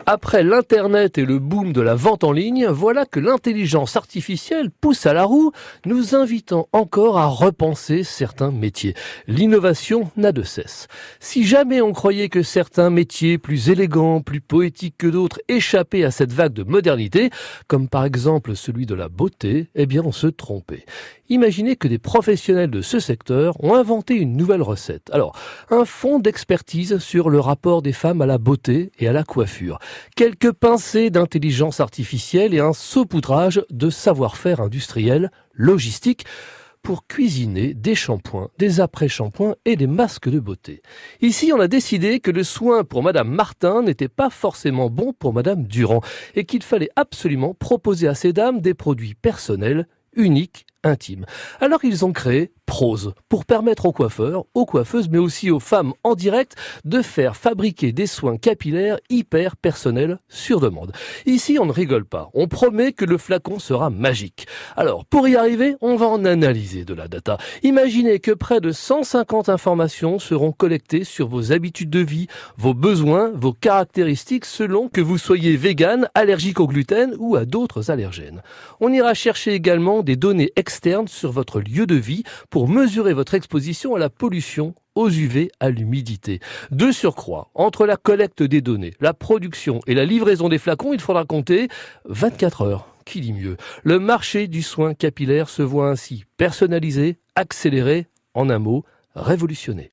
Après l'Internet et le boom de la vente en ligne, voilà que l'intelligence artificielle pousse à la roue, nous invitant encore à repenser certains métiers. L'innovation n'a de cesse. Si jamais on croyait que certains métiers plus élégants, plus poétiques que d'autres échappaient à cette vague de modernité, comme par exemple celui de la beauté, eh bien on se trompait. Imaginez que des professionnels de ce secteur ont inventé une nouvelle recette. Alors, un fonds d'expertise sur le rapport des femmes à la beauté et à la coiffure. Quelques pincées d'intelligence artificielle et un saupoudrage de savoir-faire industriel, logistique, pour cuisiner des shampoings, des après-shampoings et des masques de beauté. Ici, on a décidé que le soin pour Madame Martin n'était pas forcément bon pour Madame Durand et qu'il fallait absolument proposer à ces dames des produits personnels, uniques, intimes. Alors ils ont créé Prose pour permettre aux coiffeurs, aux coiffeuses, mais aussi aux femmes en direct de faire fabriquer des soins capillaires hyper personnels sur demande. Ici, on ne rigole pas. On promet que le flacon sera magique. Alors, pour y arriver, on va en analyser de la data. Imaginez que près de 150 informations seront collectées sur vos habitudes de vie, vos besoins, vos caractéristiques selon que vous soyez vegan, allergique au gluten ou à d'autres allergènes. On ira chercher également des données externes sur votre lieu de vie pour mesurer votre exposition à la pollution, aux UV, à l'humidité. De surcroît, entre la collecte des données, la production et la livraison des flacons, il faudra compter 24 heures. Qui dit mieux? Le marché du soin capillaire se voit ainsi personnalisé, accéléré, en un mot, révolutionné.